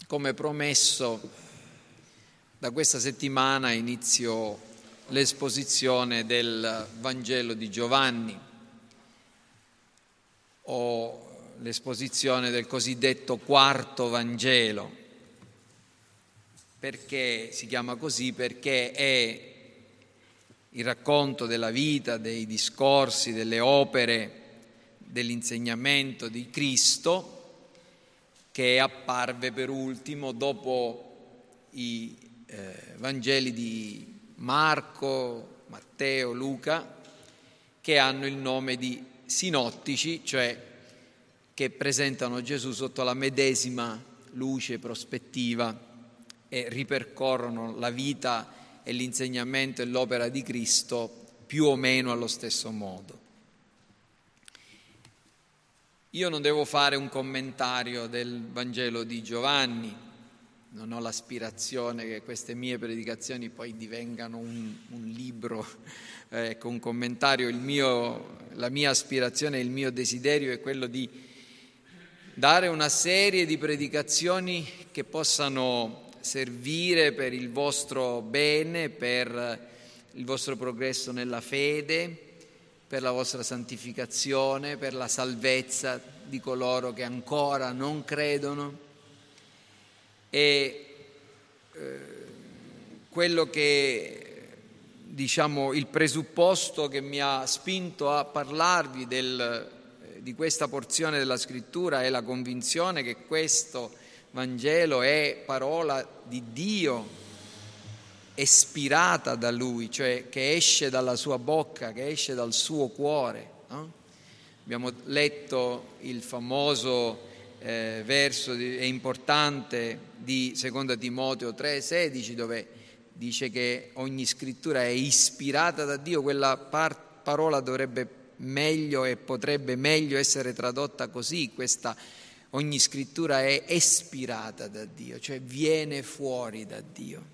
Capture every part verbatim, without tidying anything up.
Come promesso, da questa settimana inizio l'esposizione del Vangelo di Giovanni, o l'esposizione del cosiddetto quarto Vangelo. Perché si chiama così? Perché è il racconto della vita, dei discorsi, delle opere, dell'insegnamento di Cristo, che apparve per ultimo dopo i eh, Vangeli di Marco, Matteo, Luca, che hanno il nome di sinottici, cioè che presentano Gesù sotto la medesima luce prospettiva e ripercorrono la vita e l'insegnamento e l'opera di Cristo più o meno allo stesso modo. Io non devo fare un commentario del Vangelo di Giovanni, non ho l'aspirazione che queste mie predicazioni poi divengano un, un libro, ecco, un commentario. Il mio, la mia aspirazione, il mio desiderio è quello di dare una serie di predicazioni che possano servire per il vostro bene, per il vostro progresso nella fede, per la vostra santificazione, per la salvezza di coloro che ancora non credono. E eh, quello che, diciamo, il presupposto che mi ha spinto a parlarvi del, di questa porzione della Scrittura è la convinzione che questo Vangelo è parola di Dio, ispirata da Lui, cioè che esce dalla sua bocca, che esce dal suo cuore, no? Abbiamo letto il famoso eh, verso di, è importante di seconda Timoteo tre sedici, dove dice che ogni scrittura è ispirata da Dio. Quella par- parola dovrebbe meglio e potrebbe meglio essere tradotta così: questa ogni scrittura è ispirata da Dio, cioè viene fuori da Dio.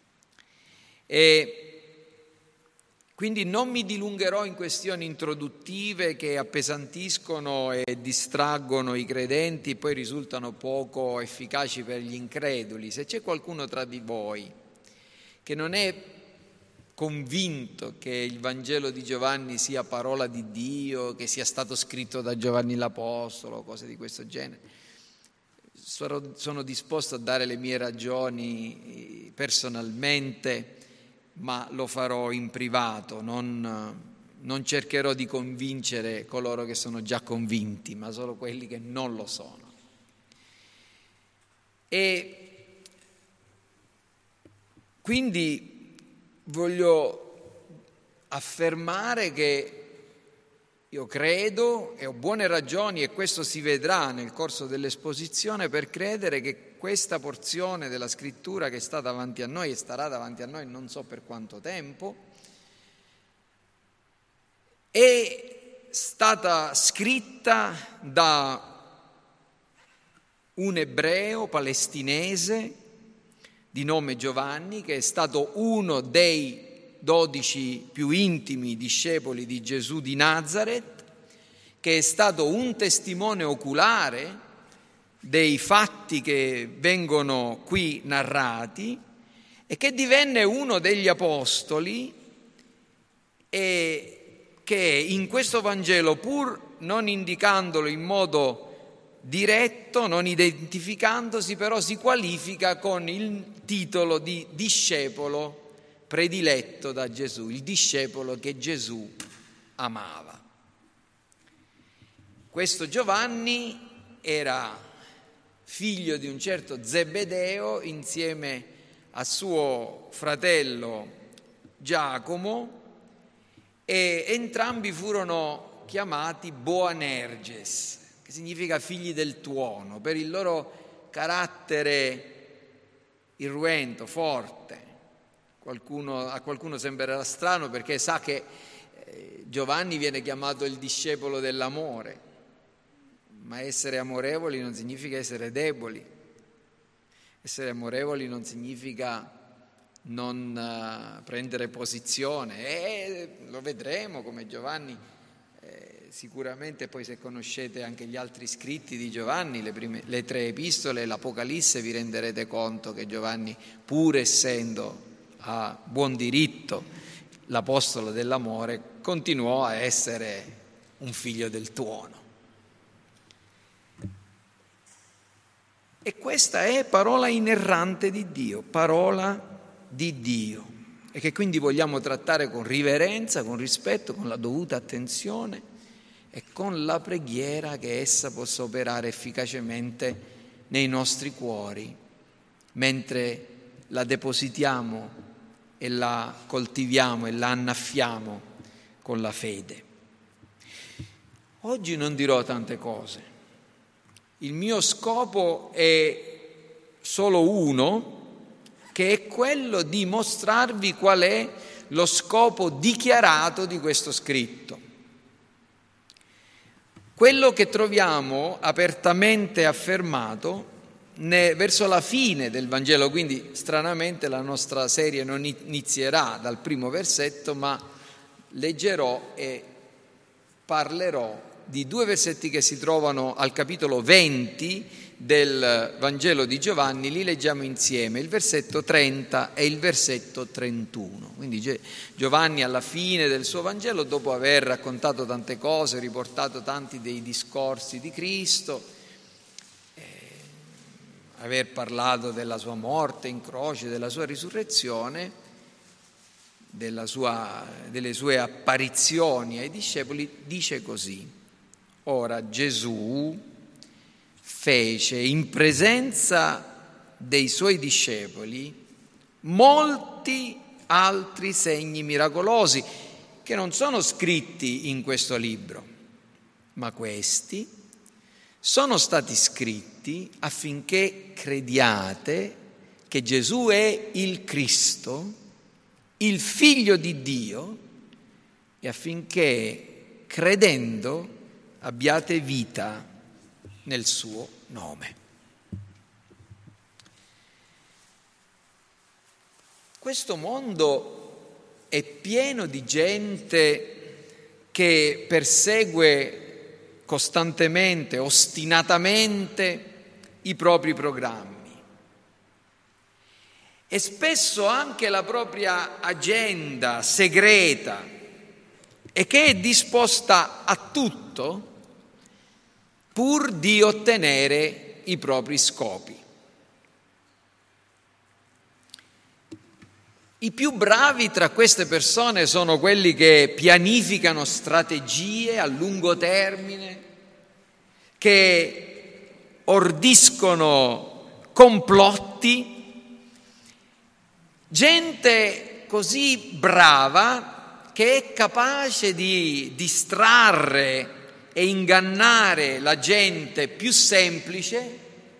E quindi non mi dilungherò in questioni introduttive che appesantiscono e distraggono i credenti e poi risultano poco efficaci per gli increduli. Se c'è qualcuno tra di voi che non è convinto che il Vangelo di Giovanni sia parola di Dio, che sia stato scritto da Giovanni l'Apostolo, cose di questo genere, sono disposto a dare le mie ragioni personalmente, ma lo farò in privato, non, non cercherò di convincere coloro che sono già convinti, ma solo quelli che non lo sono. E quindi voglio affermare che io credo e ho buone ragioni, e questo si vedrà nel corso dell'esposizione, per credere che questa porzione della Scrittura che sta davanti a noi e starà davanti a noi non so per quanto tempo, è stata scritta da un ebreo palestinese di nome Giovanni, che è stato uno dei dodici più intimi discepoli di Gesù di Nazaret, che è stato un testimone oculare dei fatti che vengono qui narrati e che divenne uno degli apostoli, e che in questo Vangelo, pur non indicandolo in modo diretto, non identificandosi, però si qualifica con il titolo di discepolo prediletto da Gesù, il discepolo che Gesù amava. Questo Giovanni era figlio di un certo Zebedeo insieme a suo fratello Giacomo, e entrambi furono chiamati Boanerges, che significa figli del tuono, per il loro carattere irruento, forte. Qualcuno, a qualcuno sembrerà strano perché sa che eh, Giovanni viene chiamato il discepolo dell'amore, ma essere amorevoli non significa essere deboli. Essere amorevoli non significa non uh, prendere posizione, e lo vedremo come Giovanni eh, sicuramente poi se conoscete anche gli altri scritti di Giovanni, le, prime, le tre epistole, l'Apocalisse, vi renderete conto che Giovanni, pur essendo a buon diritto l'apostolo dell'amore, continuò a essere un figlio del tuono. E questa è parola inerrante di Dio, parola di Dio, e che quindi vogliamo trattare con riverenza, con rispetto, con la dovuta attenzione e con la preghiera che essa possa operare efficacemente nei nostri cuori, mentre la depositiamo e la coltiviamo e la annaffiamo con la fede. Oggi non dirò tante cose. Il mio scopo è solo uno, che è quello di mostrarvi qual è lo scopo dichiarato di questo scritto. Quello che troviamo apertamente affermato ne, verso la fine del Vangelo, quindi stranamente la nostra serie non inizierà dal primo versetto, ma leggerò e parlerò di due versetti che si trovano al capitolo venti del Vangelo di Giovanni. Li leggiamo insieme, il versetto trenta e il versetto trentuno. Quindi Giovanni alla fine del suo Vangelo, dopo aver raccontato tante cose, riportato tanti dei discorsi di Cristo, eh, aver parlato della sua morte in croce, della sua risurrezione, della sua, delle sue apparizioni ai discepoli, dice così: ora Gesù fece in presenza dei suoi discepoli molti altri segni miracolosi che non sono scritti in questo libro, ma questi sono stati scritti affinché crediate che Gesù è il Cristo, il Figlio di Dio, e affinché credendo abbiate vita nel suo nome. Questo mondo è pieno di gente che persegue costantemente, ostinatamente i propri programmi e spesso anche la propria agenda segreta, e che è disposta a tutto pur di ottenere i propri scopi. I più bravi tra queste persone sono quelli che pianificano strategie a lungo termine, che ordiscono complotti, gente così brava che è capace di distrarre e ingannare la gente più semplice,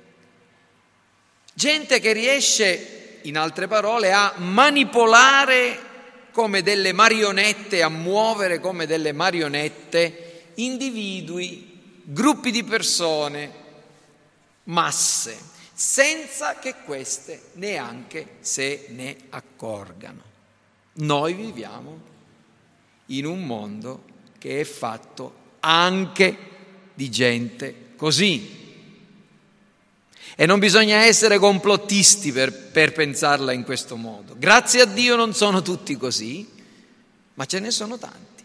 gente che riesce, in altre parole, a manipolare come delle marionette, a muovere come delle marionette individui, gruppi di persone, masse, senza che queste neanche se ne accorgano. Noi viviamo in un mondo che è fatto anche di gente così. E non bisogna essere complottisti per, per pensarla in questo modo. Grazie a Dio non sono tutti così, ma ce ne sono tanti.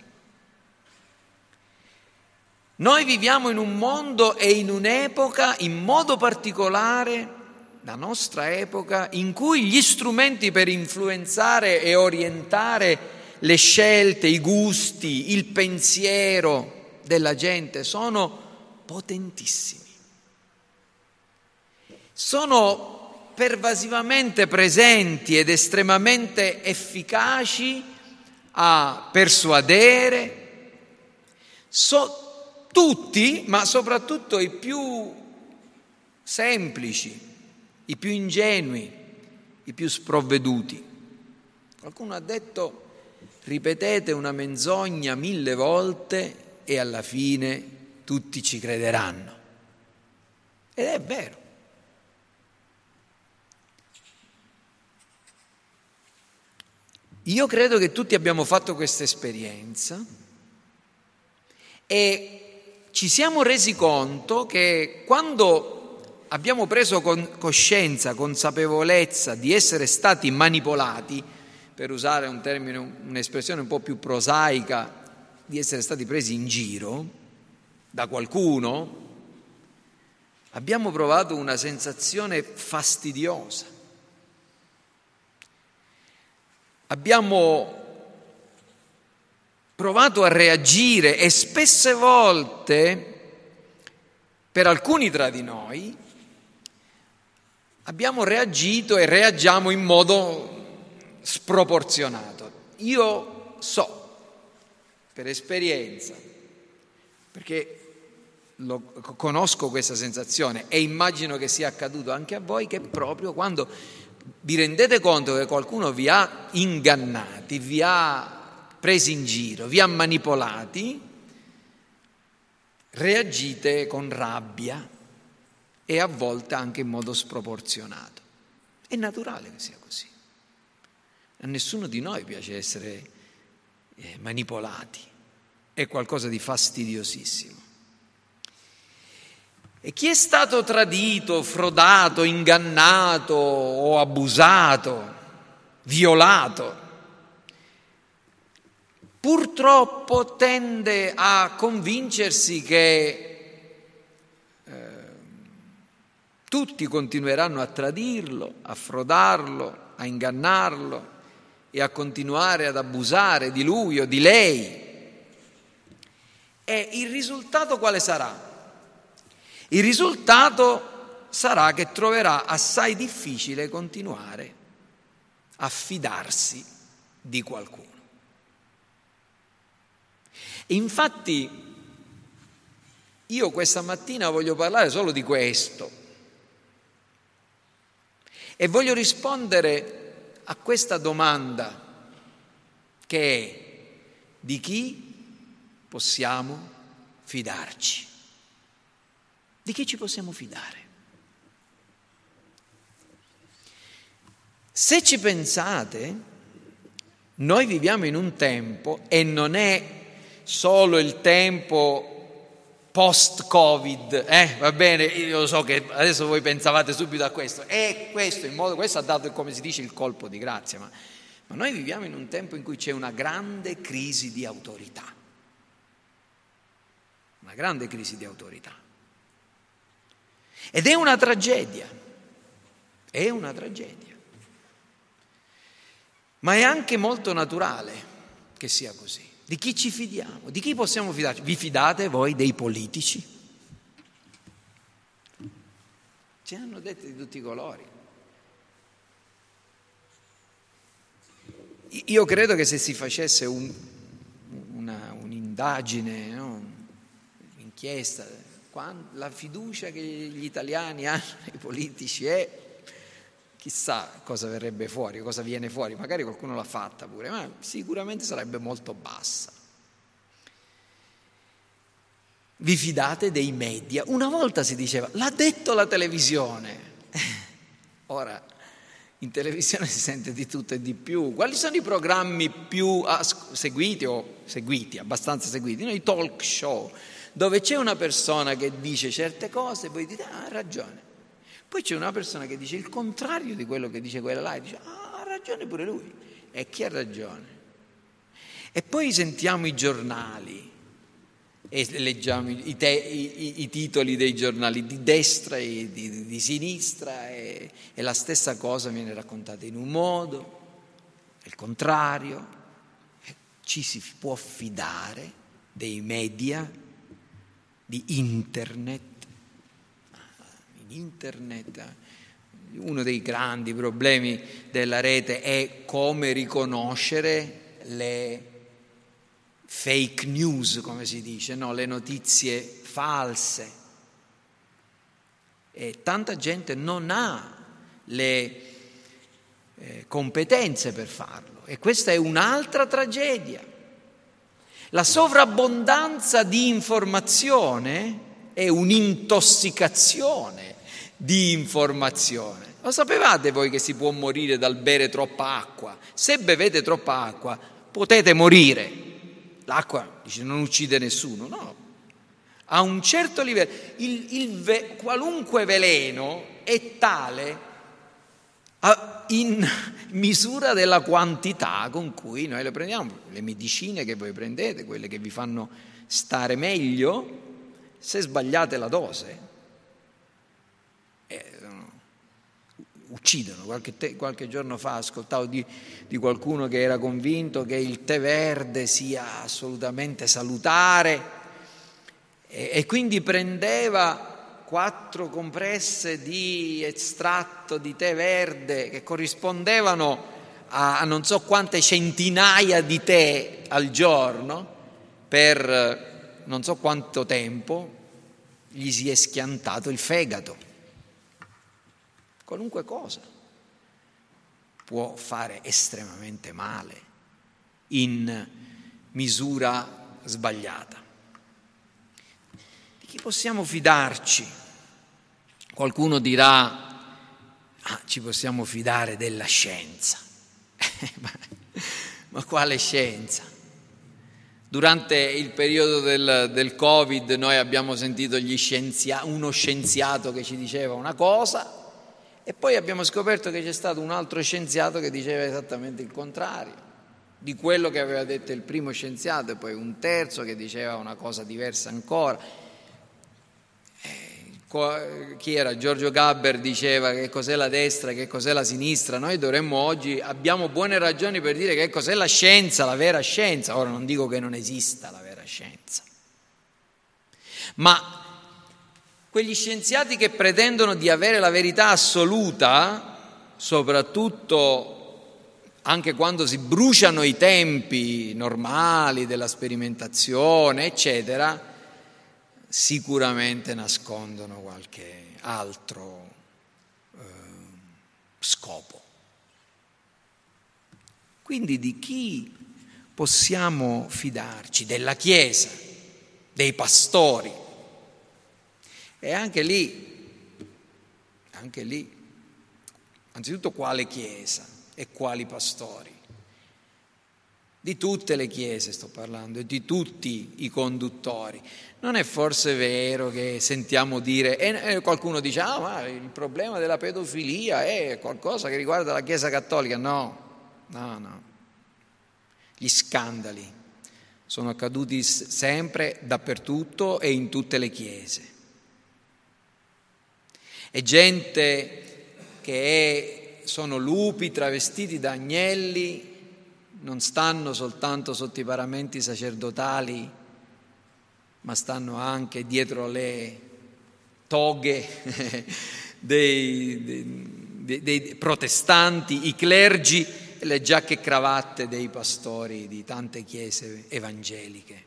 Noi viviamo in un mondo e in un'epoca, in modo particolare, la nostra epoca, in cui gli strumenti per influenzare e orientare le scelte, i gusti, il pensiero della gente sono potentissimi. Sono pervasivamente presenti ed estremamente efficaci a persuadere so, tutti, ma soprattutto i più semplici, i più ingenui, i più sprovveduti. Qualcuno ha detto: ripetete una menzogna mille volte e alla fine tutti ci crederanno. Ed è vero. Io credo che tutti abbiamo fatto questa esperienza E ci siamo resi conto che quando abbiamo preso con coscienza, consapevolezza di essere stati manipolati, per usare un termine, un'espressione un po' più prosaica, di essere stati presi in giro da qualcuno, abbiamo provato una sensazione fastidiosa. Abbiamo provato a reagire e spesse volte, per alcuni tra di noi, abbiamo reagito e reagiamo in modo sproporzionato. Io so, per esperienza, perché lo, conosco questa sensazione e immagino che sia accaduto anche a voi, che proprio quando vi rendete conto che qualcuno vi ha ingannati, vi ha presi in giro, vi ha manipolati, reagite con rabbia e a volte anche in modo sproporzionato. È naturale che sia così. A nessuno di noi piace essere eh, manipolati, è qualcosa di fastidiosissimo. E chi è stato tradito, frodato, ingannato o abusato, violato, purtroppo tende a convincersi che eh, tutti continueranno a tradirlo, a frodarlo, a ingannarlo e a continuare ad abusare di lui o di lei. E il risultato quale sarà? Il risultato sarà che troverà assai difficile continuare a fidarsi di qualcuno. Infatti, io questa mattina voglio parlare solo di questo e voglio rispondere a questa domanda, che è: di chi possiamo fidarci? Di chi ci possiamo fidare? Se ci pensate, noi viviamo in un tempo, e non è solo il tempo post-Covid, eh, va bene, io lo so che adesso voi pensavate subito a questo, è questo, in modo, questo ha dato, come si dice, il colpo di grazia, ma, ma noi viviamo in un tempo in cui c'è una grande crisi di autorità, una grande crisi di autorità. Ed è una tragedia, è una tragedia, ma è anche molto naturale che sia così. Di chi ci fidiamo? Di chi possiamo fidarci? Vi fidate voi dei politici? Ce ne hanno dette di tutti i colori. Io credo che se si facesse un, una, un'indagine, no? Un'inchiesta, la fiducia che gli italiani hanno nei politici è, chissà cosa verrebbe fuori, cosa viene fuori, magari qualcuno l'ha fatta pure, ma sicuramente sarebbe molto bassa. Vi fidate dei media? Una volta si diceva, l'ha detto la televisione. Ora in televisione si sente di tutto e di più. Quali sono i programmi più seguiti o seguiti, abbastanza seguiti? No, i talk show, dove c'è una persona che dice certe cose e voi dite, ah, ha ragione. Poi c'è una persona che dice il contrario di quello che dice quella là e dice, ah, ha ragione pure lui. E chi ha ragione? E poi sentiamo i giornali e leggiamo i, te, i, i titoli dei giornali di destra e di, di sinistra e, e la stessa cosa viene raccontata in un modo, il contrario. E ci si può fidare dei media, di internet. In internet uno dei grandi problemi della rete è come riconoscere le fake news, come si dice, no? Le notizie false. E tanta gente non ha le eh, competenze per farlo, e questa è un'altra tragedia. La sovrabbondanza di informazione è un'intossicazione di informazione. Lo sapevate voi che si può morire dal bere troppa acqua? Se bevete troppa acqua potete morire. l'acqua, dice, non uccide nessuno, no. A un certo livello, il, il ve, qualunque veleno è tale a, in misura della quantità con cui noi le prendiamo. Le medicine che voi prendete, quelle che vi fanno stare meglio, se sbagliate la dose, eh, uccidono. Qualche, te, qualche giorno fa ascoltavo di, di qualcuno che era convinto che il tè verde sia assolutamente salutare e, e quindi prendeva quattro compresse di estratto di tè verde che corrispondevano a, a non so quante centinaia di tè al giorno per non so quanto tempo. Gli si è schiantato il fegato. Qualunque cosa può fare estremamente male in misura sbagliata. Di chi possiamo fidarci? Qualcuno dirà, ah, ci possiamo fidare della scienza. ma, ma quale scienza? Durante il periodo del, del Covid noi abbiamo sentito gli scienzia- uno scienziato che ci diceva una cosa e poi abbiamo scoperto che c'è stato un altro scienziato che diceva esattamente il contrario di quello che aveva detto il primo scienziato, e poi un terzo che diceva una cosa diversa ancora. Eh, chi era? Giorgio Gaber diceva che cos'è la destra, che cos'è la sinistra. Noi dovremmo oggi, abbiamo buone ragioni per dire che cos'è la scienza, la vera scienza. Ora non dico che non esista la vera scienza, ma quegli scienziati che pretendono di avere la verità assoluta, soprattutto anche quando si bruciano i tempi normali della sperimentazione, eccetera, sicuramente nascondono qualche altro eh, scopo. Quindi di chi possiamo fidarci? Della Chiesa, dei pastori. E anche lì, anche lì, anzitutto quale Chiesa e quali pastori? Di tutte le chiese sto parlando, e di tutti i conduttori. Non è forse vero che sentiamo dire, e qualcuno dice, ah ma il problema della pedofilia è qualcosa che riguarda la Chiesa Cattolica? No, no, no. Gli scandali sono accaduti sempre, dappertutto e in tutte le chiese. E gente che è, sono lupi travestiti da agnelli, non stanno soltanto sotto i paramenti sacerdotali, ma stanno anche dietro le toghe dei, dei, dei protestanti, i clergi e le giacche e cravatte dei pastori di tante chiese evangeliche.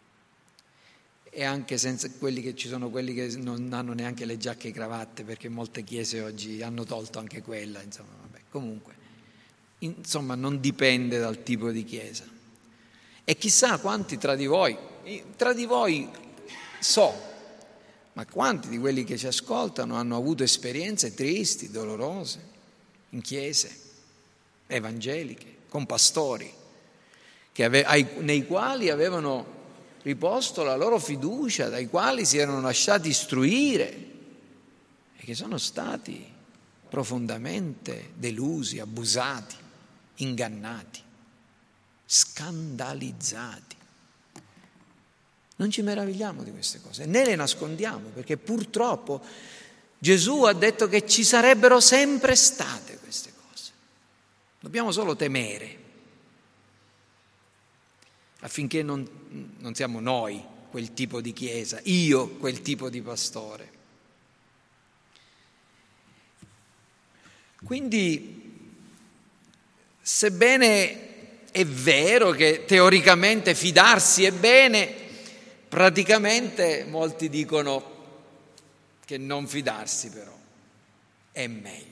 E anche senza quelli che ci sono quelli che non hanno neanche le giacche e cravatte, perché molte chiese oggi hanno tolto anche quella, insomma, vabbè, comunque. Insomma, non dipende dal tipo di chiesa. E chissà quanti tra di voi, tra di voi so, ma quanti di quelli che ci ascoltano hanno avuto esperienze tristi, dolorose, in chiese evangeliche, con pastori, che ave, ai, nei quali avevano riposto la loro fiducia, dai quali si erano lasciati istruire e che sono stati profondamente delusi, abusati, ingannati, scandalizzati. Non ci meravigliamo di queste cose, né le nascondiamo, perché purtroppo Gesù ha detto che ci sarebbero sempre state queste cose. Dobbiamo solo temere, affinché non, non siamo noi quel tipo di chiesa, io quel tipo di pastore. Quindi, sebbene è vero che teoricamente fidarsi è bene, praticamente molti dicono che non fidarsi però è meglio.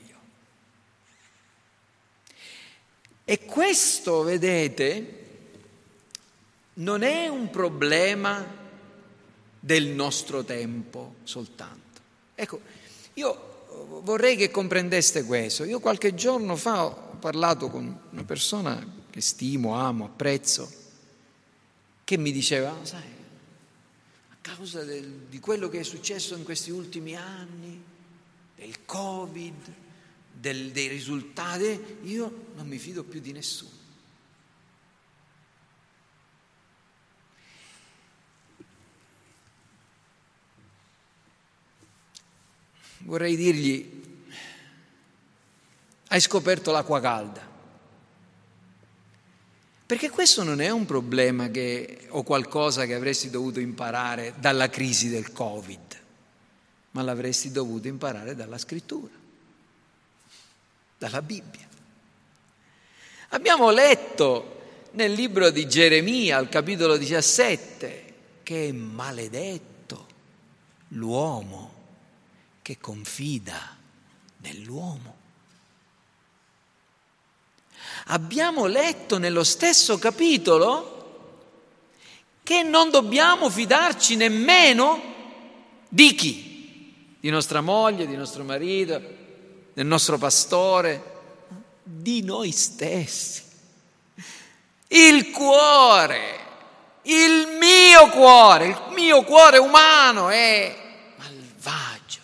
E questo, vedete, non è un problema del nostro tempo soltanto. Ecco, io vorrei che comprendeste questo. Io qualche giorno fa ho parlato con una persona che stimo, amo, apprezzo, che mi diceva, sai, a causa del, di quello che è successo in questi ultimi anni, del Covid, del, dei risultati, io non mi fido più di nessuno. Vorrei dirgli, hai scoperto l'acqua calda. Perché questo non è un problema che, o qualcosa che avresti dovuto imparare dalla crisi del Covid, ma l'avresti dovuto imparare dalla scrittura, dalla Bibbia. Abbiamo letto nel libro di Geremia, al capitolo diciassette, che è maledetto l'uomo che confida nell'uomo. Abbiamo letto nello stesso capitolo che non dobbiamo fidarci nemmeno di chi? Di nostra moglie, di nostro marito, del nostro pastore, di noi stessi. Il cuore, il mio cuore, il mio cuore umano è malvagio,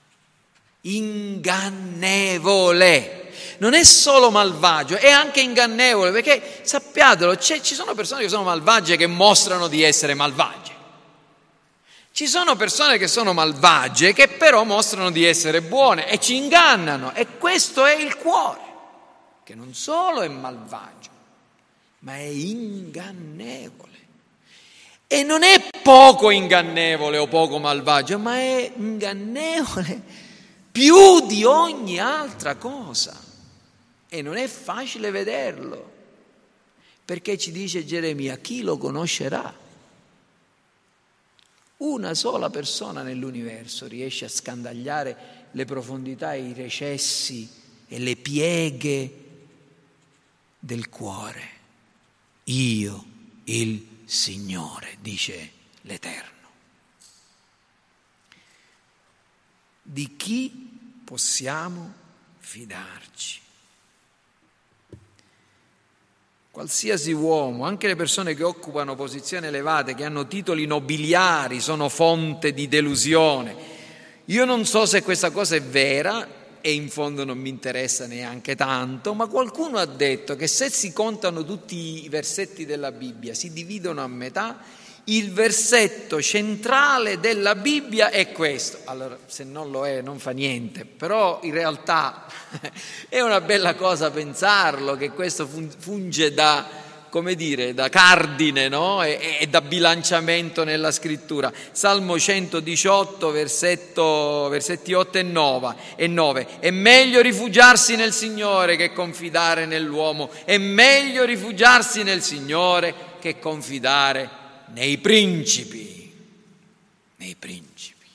ingannevole. Non è solo malvagio, è anche ingannevole, perché sappiatelo, ci sono persone che sono malvagie che mostrano di essere malvagie. Ci sono persone che sono malvagie che però mostrano di essere buone e ci ingannano. E questo è il cuore, che non solo è malvagio, ma è ingannevole. E non è poco ingannevole o poco malvagio, ma è ingannevole più di ogni altra cosa. E non è facile vederlo, perché ci dice Geremia, chi lo conoscerà? Una sola persona nell'universo riesce a scandagliare le profondità e i recessi e le pieghe del cuore. Io, il Signore, dice l'Eterno. Di chi possiamo fidarci? Qualsiasi uomo, anche le persone che occupano posizioni elevate, che hanno titoli nobiliari, sono fonte di delusione. Io non so se questa cosa è vera e in fondo non mi interessa neanche tanto, ma qualcuno ha detto che se si contano tutti i versetti della Bibbia, si dividono a metà, il versetto centrale della Bibbia è questo. Allora, se non lo è, non fa niente, però in realtà è una bella cosa pensarlo, che questo funge da, come dire, da cardine, no? e, e da bilanciamento nella scrittura. Salmo centodiciotto, versetto, versetti otto e nove. È meglio rifugiarsi nel Signore che confidare nell'uomo. È meglio rifugiarsi nel Signore che confidare nei principi, nei principi.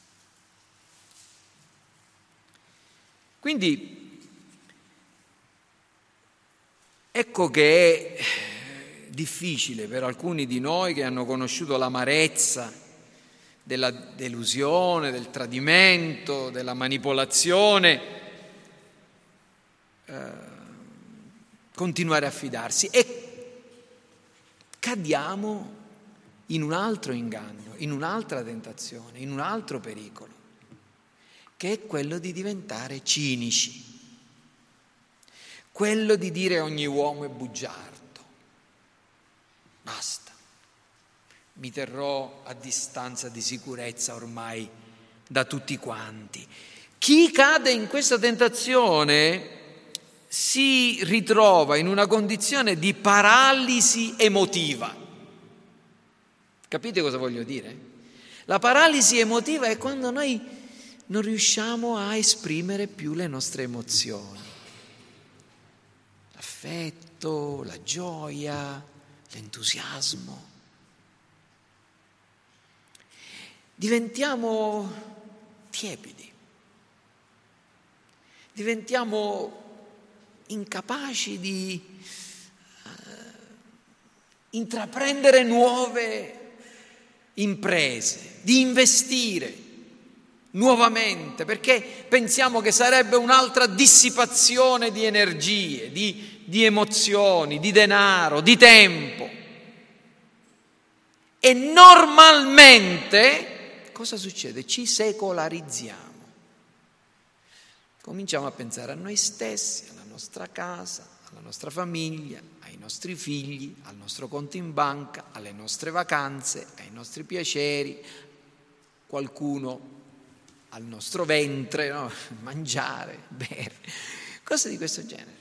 Quindi ecco che è difficile per alcuni di noi che hanno conosciuto l'amarezza della delusione, del tradimento, della manipolazione, eh, continuare a fidarsi, e cadiamo in un altro inganno, in un'altra tentazione, in un altro pericolo, che è quello di diventare cinici, quello di dire ogni uomo è bugiardo. Basta, mi terrò a distanza di sicurezza ormai da tutti quanti. Chi cade in questa tentazione si ritrova in una condizione di paralisi emotiva. Capite cosa voglio dire? La paralisi emotiva è quando noi non riusciamo a esprimere più le nostre emozioni. L'affetto, la gioia, l'entusiasmo. Diventiamo tiepidi. Diventiamo incapaci di uh, intraprendere nuove imprese, di investire nuovamente, perché pensiamo che sarebbe un'altra dissipazione di energie, di, di emozioni, di denaro, di tempo. E normalmente cosa succede? Ci secolarizziamo. Cominciamo a pensare a noi stessi, alla nostra casa, alla nostra famiglia, ai nostri figli, al nostro conto in banca, alle nostre vacanze, ai nostri piaceri, qualcuno al nostro ventre, no? Mangiare, bere, cose di questo genere.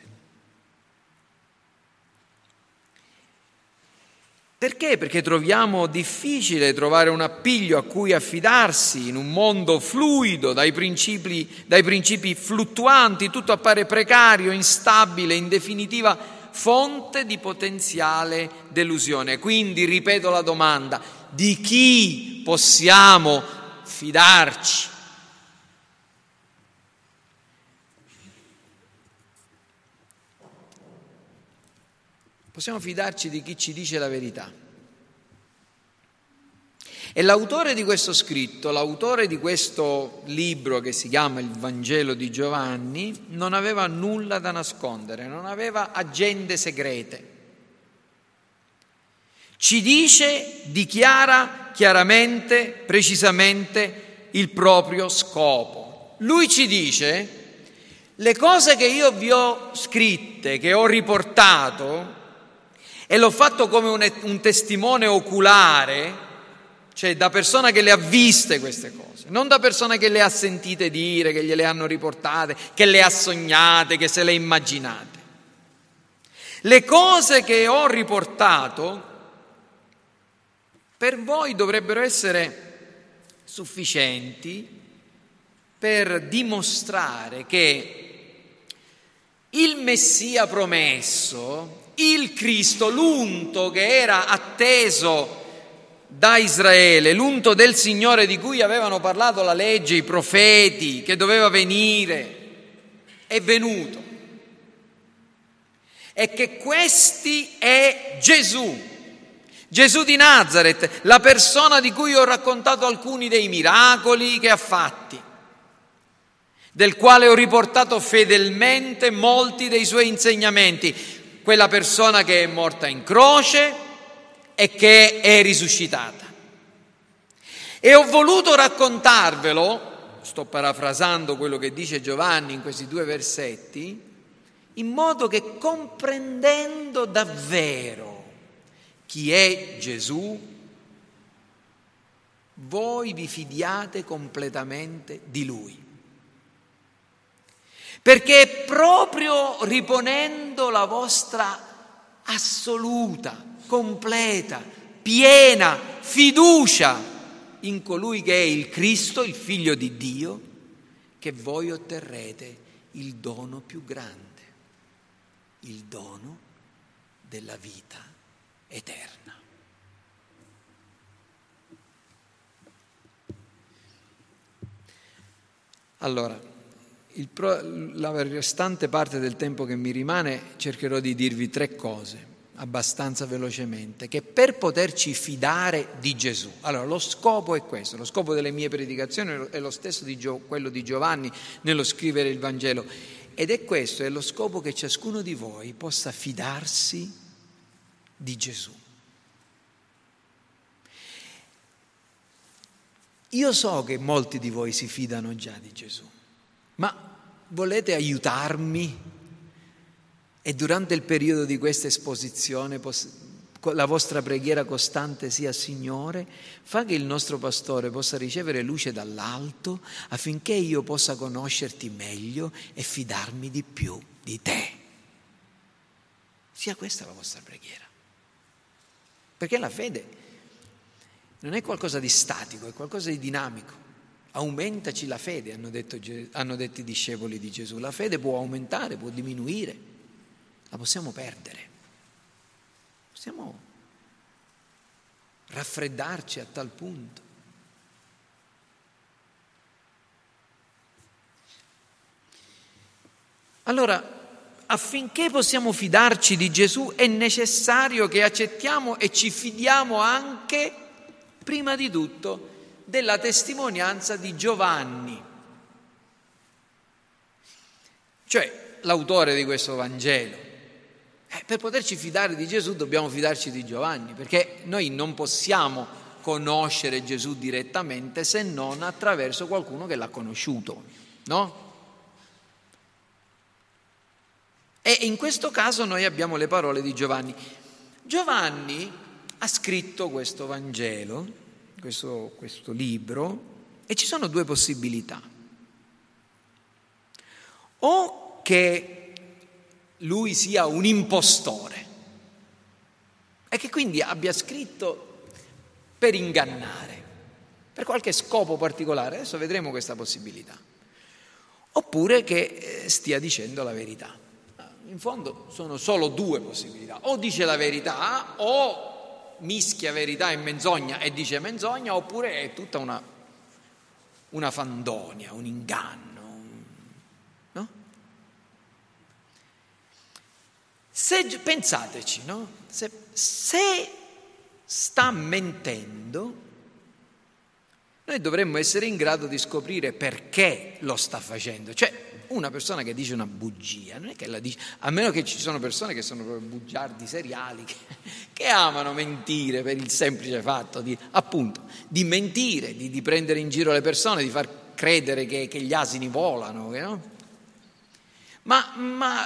Perché? Perché troviamo difficile trovare un appiglio a cui affidarsi in un mondo fluido, dai principi, dai principi fluttuanti, tutto appare precario, instabile, in definitiva fonte di potenziale delusione. Quindi ripeto la domanda: di chi possiamo fidarci? Possiamo fidarci di chi ci dice la verità. E l'autore di questo scritto, l'autore di questo libro che si chiama Il Vangelo di Giovanni, non aveva nulla da nascondere, non aveva agende segrete. Ci dice, dichiara chiaramente, precisamente il proprio scopo. Lui ci dice: le cose che io vi ho scritte, che ho riportato, e l'ho fatto come un, un testimone oculare, cioè da persona che le ha viste queste cose, non da persona che le ha sentite dire, che gliele hanno riportate, che le ha sognate, che se le immaginate. Le cose che ho riportato per voi dovrebbero essere sufficienti per dimostrare che il Messia promesso, il Cristo, l'unto che era atteso da Israele, l'unto del Signore di cui avevano parlato la legge, i profeti, che doveva venire, è venuto. E che questi è Gesù, Gesù di Nazaret, la persona di cui ho raccontato alcuni dei miracoli che ha fatti, del quale ho riportato fedelmente molti dei suoi insegnamenti. Quella persona che è morta in croce e che è risuscitata. E ho voluto raccontarvelo, sto parafrasando quello che dice Giovanni in questi due versetti, in modo che, comprendendo davvero chi è Gesù, voi vi fidiate completamente di Lui. Perché è proprio riponendo la vostra assoluta, completa, piena fiducia in colui che è il Cristo, il Figlio di Dio, che voi otterrete il dono più grande, il dono della vita eterna. Allora, Il pro, la restante parte del tempo che mi rimane cercherò di dirvi tre cose abbastanza velocemente, che per poterci fidare di Gesù, allora lo scopo è questo, lo scopo delle mie predicazioni è lo stesso di Gio, quello di Giovanni nello scrivere il Vangelo, ed è questo, è lo scopo che ciascuno di voi possa fidarsi di Gesù. Io so che molti di voi si fidano già di Gesù, ma volete aiutarmi? E durante il periodo di questa esposizione la vostra preghiera costante sia: Signore, fa che il nostro pastore possa ricevere luce dall'alto affinché io possa conoscerti meglio e fidarmi di più di te. Sia questa la vostra preghiera. Perché la fede non è qualcosa di statico, è qualcosa di dinamico. Aumentaci la fede, hanno detto, hanno detto i discepoli di Gesù. La fede può aumentare, può diminuire, la possiamo perdere. Possiamo raffreddarci a tal punto. Allora, affinché possiamo fidarci di Gesù è necessario che accettiamo e ci fidiamo anche, prima di tutto, della testimonianza di Giovanni, cioè l'autore di questo Vangelo. Eh, Eh, per poterci fidare di Gesù dobbiamo fidarci di Giovanni, perché noi non possiamo conoscere Gesù direttamente se non attraverso qualcuno che l'ha conosciuto, no? E in questo caso noi abbiamo le parole di Giovanni. Giovanni ha scritto questo Vangelo, questo, questo libro, e ci sono due possibilità. O che lui sia un impostore e che quindi abbia scritto per ingannare, per qualche scopo particolare. Adesso vedremo questa possibilità. Oppure che stia dicendo la verità. In fondo sono solo due possibilità: o dice la verità, o mischia verità e menzogna e dice menzogna, oppure è tutta una, una fandonia, un inganno, no? Se, pensateci, no? Se, se sta mentendo, noi dovremmo essere in grado di scoprire perché lo sta facendo. Cioè, una persona che dice una bugia, non è che la dice, a meno che ci sono persone che sono proprio bugiardi seriali, che, che amano mentire per il semplice fatto di, appunto, di mentire, di, di prendere in giro le persone, di far credere che, che gli asini volano, no? Ma, ma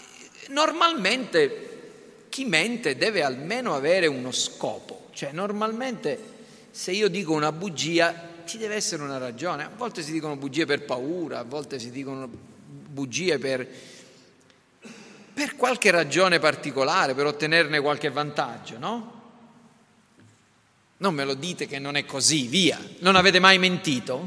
normalmente chi mente deve almeno avere uno scopo. Cioè, normalmente se io dico una bugia ci deve essere una ragione. A volte si dicono bugie per paura, a volte si dicono bugie per, per qualche ragione particolare, per ottenerne qualche vantaggio, no? Non me lo dite che non è così, via. Non avete mai mentito?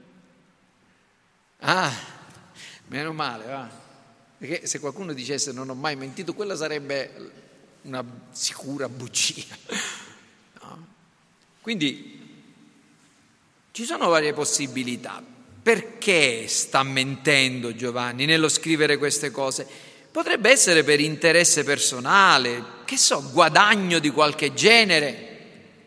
Ah, meno male, va. Perché se qualcuno dicesse non ho mai mentito, quella sarebbe una sicura bugia. No? Quindi ci sono varie possibilità. Perché sta mentendo Giovanni nello scrivere queste cose? Potrebbe essere per interesse personale, che so, guadagno di qualche genere.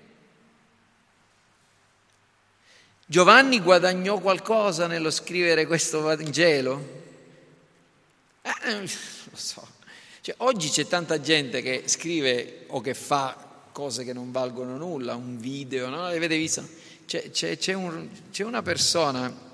Giovanni guadagnò qualcosa nello scrivere questo Vangelo? Eh, non lo so. Cioè, oggi c'è tanta gente che scrive o che fa cose che non valgono nulla, un video, no? L'avete visto? C'è, c'è, c'è, un, c'è una persona,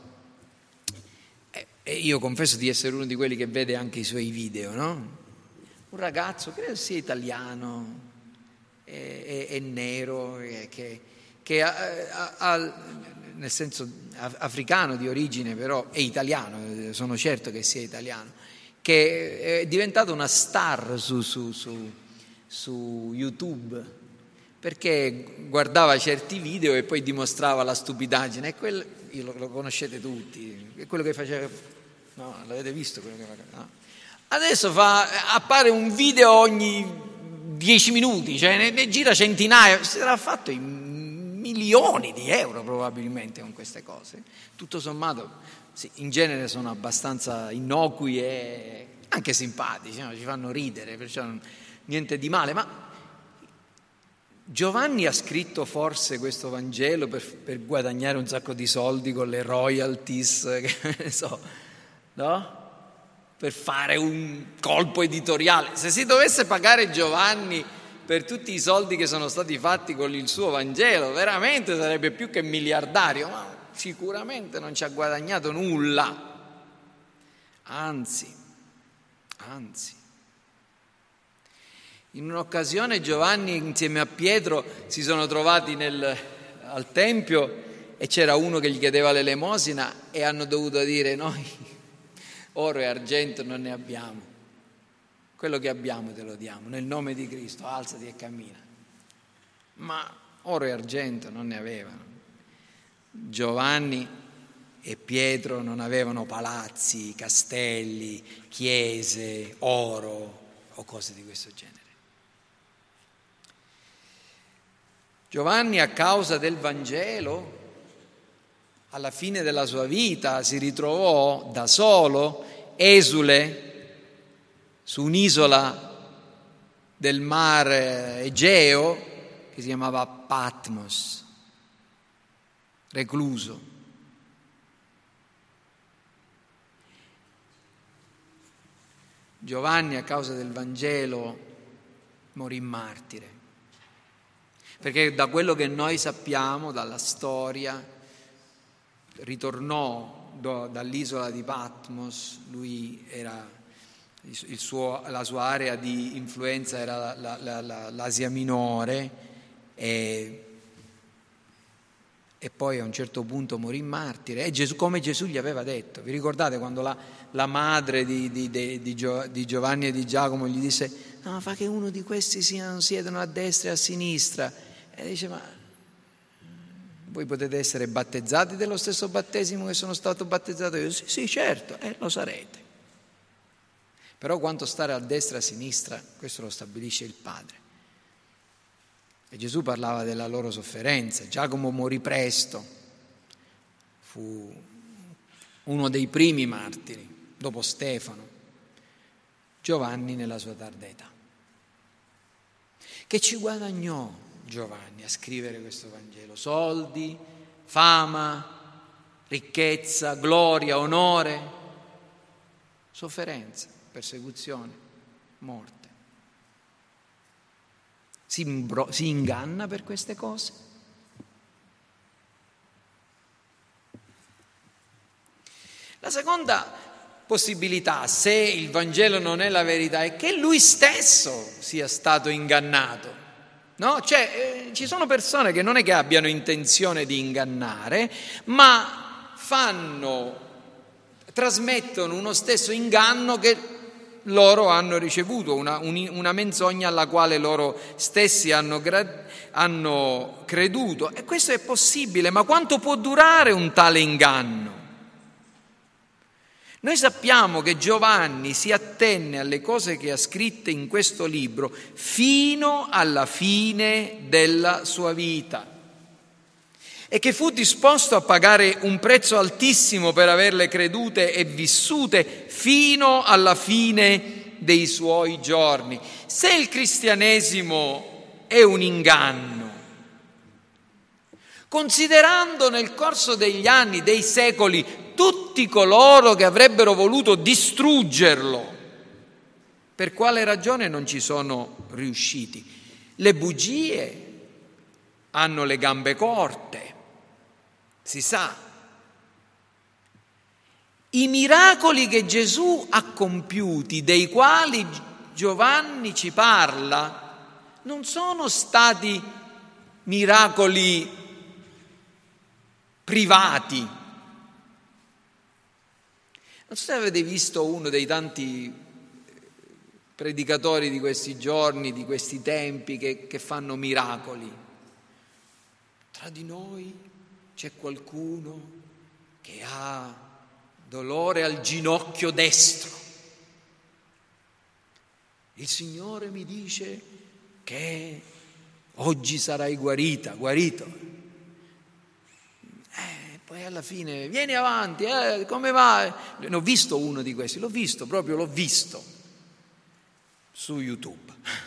e io confesso di essere uno di quelli che vede anche i suoi video, no? Un ragazzo, credo sia italiano, è, è, è nero, è, che, che ha, ha, nel senso africano di origine, però è italiano, sono certo che sia italiano, che è diventato una star su, su, su, su YouTube, perché guardava certi video e poi dimostrava la stupidaggine. E quello, io lo, lo conoscete tutti, è quello che faceva, no, l'avete visto quello che faceva? No. Adesso fa, appare un video ogni dieci minuti, cioè ne, ne gira centinaia, si sarà fatto in milioni di euro probabilmente con queste cose. Tutto sommato, sì, in genere sono abbastanza innocui e anche simpatici, no? Ci fanno ridere, perciò non, niente di male, ma Giovanni ha scritto forse questo Vangelo per, per guadagnare un sacco di soldi con le royalties, che ne so, no? Per fare un colpo editoriale. Se si dovesse pagare Giovanni per tutti i soldi che sono stati fatti con il suo Vangelo, veramente sarebbe più che miliardario, ma sicuramente non ci ha guadagnato nulla. Anzi, anzi. In un'occasione Giovanni insieme a Pietro si sono trovati nel, al Tempio e c'era uno che gli chiedeva l'elemosina e hanno dovuto dire: noi oro e argento non ne abbiamo, quello che abbiamo te lo diamo, nel nome di Cristo alzati e cammina. Ma oro e argento non ne avevano. Giovanni e Pietro non avevano palazzi, castelli, chiese, oro o cose di questo genere. Giovanni, a causa del Vangelo, alla fine della sua vita si ritrovò da solo, esule, su un'isola del mare Egeo che si chiamava Patmos, recluso. Giovanni, a causa del Vangelo, morì martire. Perché da quello che noi sappiamo, dalla storia, ritornò do, dall'isola di Patmos, lui era, il suo, la sua area di influenza era la, la, la, l'Asia Minore, e E poi a un certo punto morì martire, e Gesù, come Gesù gli aveva detto. Vi ricordate quando la, la madre di, di, di, di, Gio, di Giovanni e di Giacomo gli disse: no, fa che uno di questi siano, siedano a destra e a sinistra. E dice: ma voi potete essere battezzati dello stesso battesimo che sono stato battezzato io? Sì, sì, certo, e eh, lo sarete. Però quanto stare a destra e a sinistra, questo lo stabilisce il Padre. E Gesù parlava della loro sofferenza. Giacomo morì presto, fu uno dei primi martiri, dopo Stefano. Giovanni nella sua tarda età. Che ci guadagnò Giovanni a scrivere questo Vangelo? Soldi, fama, ricchezza, gloria, onore, sofferenza, persecuzione, morte. Si, imbro- si inganna per queste cose? La seconda possibilità, se il Vangelo non è la verità, è che lui stesso sia stato ingannato. No? Cioè, eh, ci sono persone che non è che abbiano intenzione di ingannare, ma fanno, trasmettono uno stesso inganno che loro hanno ricevuto, una, una menzogna alla quale loro stessi hanno, hanno creduto. E questo è possibile, ma quanto può durare un tale inganno? Noi sappiamo che Giovanni si attenne alle cose che ha scritte in questo libro fino alla fine della sua vita e che fu disposto a pagare un prezzo altissimo per averle credute e vissute fino alla fine dei suoi giorni. Se il cristianesimo è un inganno, considerando nel corso degli anni, dei secoli, tutti coloro che avrebbero voluto distruggerlo, per quale ragione non ci sono riusciti? Le bugie hanno le gambe corte, si sa. I miracoli che Gesù ha compiuti, dei quali Giovanni ci parla, non sono stati miracoli privati. Non so se avete visto uno dei tanti predicatori di questi giorni, di questi tempi, che, che fanno miracoli. Tra di noi c'è qualcuno che ha dolore al ginocchio destro. Il Signore mi dice che oggi sarai guarita, guarito. Eh, poi alla fine vieni avanti, eh, come va? Ne ho visto uno di questi, l'ho visto, proprio l'ho visto su YouTube.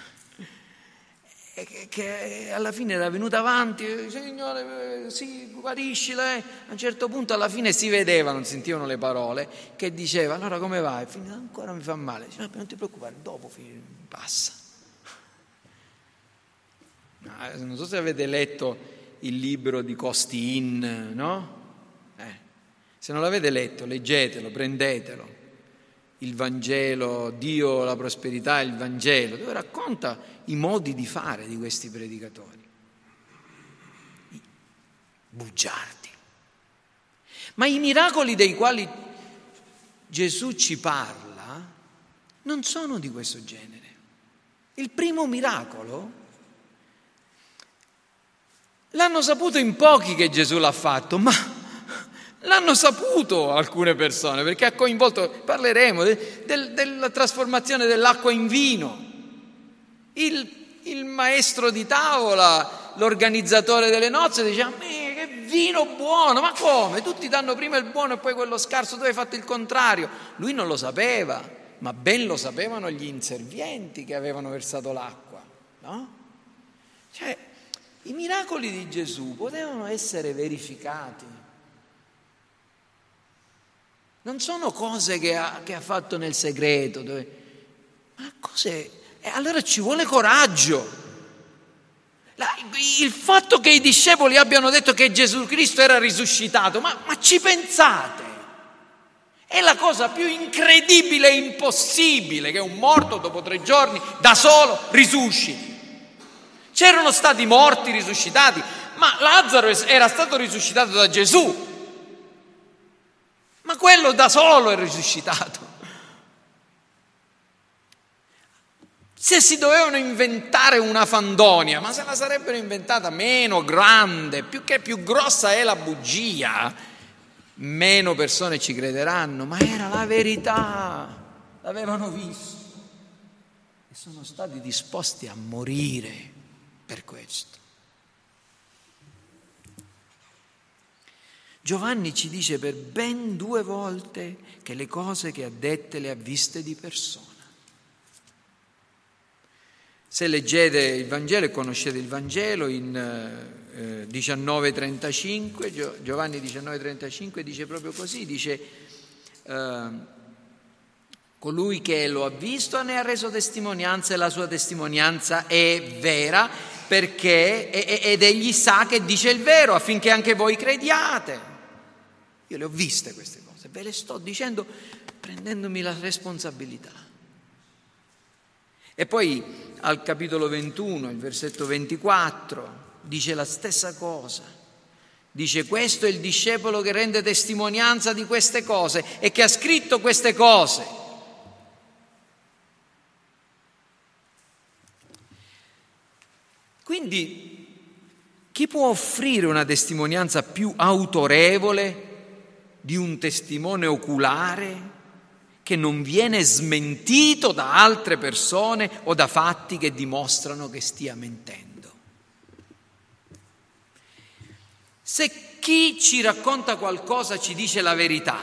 E che, che alla fine era venuta avanti, Signore, sì, guariscila. Eh. A un certo punto alla fine si vedeva, non sentivano le parole, che diceva: allora come vai? Ancora mi fa male. Dice, no, non ti preoccupare, dopo passa. Non so se avete letto il libro di Costi Inn, no? Eh. Se non l'avete letto, leggetelo, prendetelo. Il Vangelo, Dio, la prosperità e il Vangelo, dove racconta i modi di fare di questi predicatori. Bugiardi. Ma i miracoli dei quali Gesù ci parla non sono di questo genere. Il primo miracolo l'hanno saputo in pochi che Gesù l'ha fatto, ma l'hanno saputo alcune persone, perché ha coinvolto, parleremo del, del, della trasformazione dell'acqua in vino. Il, il maestro di tavola, l'organizzatore delle nozze, diceva: che vino buono, ma come? Tutti danno prima il buono e poi quello scarso, tu hai fatto il contrario. Lui non lo sapeva, ma ben lo sapevano gli inservienti che avevano versato l'acqua, no? Cioè, i miracoli di Gesù potevano essere verificati. Non sono cose che ha, che ha fatto nel segreto, dove, ma cose E allora ci vuole coraggio. Il fatto che i discepoli abbiano detto che Gesù Cristo era risuscitato, ma, ma ci pensate? È la cosa più incredibile e impossibile che un morto dopo tre giorni da solo risusciti. C'erano stati morti risuscitati, ma Lazzaro era stato risuscitato da Gesù. Ma quello da solo è risuscitato. Se si dovevano inventare una fandonia, ma se la sarebbero inventata meno grande, più che più grossa è la bugia, meno persone ci crederanno, ma era la verità, l'avevano visto e sono stati disposti a morire per questo. Giovanni ci dice per ben due volte che le cose che ha dette le ha viste di persona. Se leggete il Vangelo e conoscete il Vangelo, in eh, diciannove trentacinque, Giovanni diciannove trentacinque dice proprio così, dice eh, colui che lo ha visto ne ha reso testimonianza e la sua testimonianza è vera perché ed egli sa che dice il vero affinché anche voi crediate. Io le ho viste queste cose, ve le sto dicendo prendendomi la responsabilità. E poi al capitolo ventuno, il versetto ventiquattro, dice la stessa cosa. Dice: questo è il discepolo che rende testimonianza di queste cose e che ha scritto queste cose. Quindi chi può offrire una testimonianza più autorevole di un testimone oculare che non viene smentito da altre persone o da fatti che dimostrano che stia mentendo? Se chi ci racconta qualcosa ci dice la verità,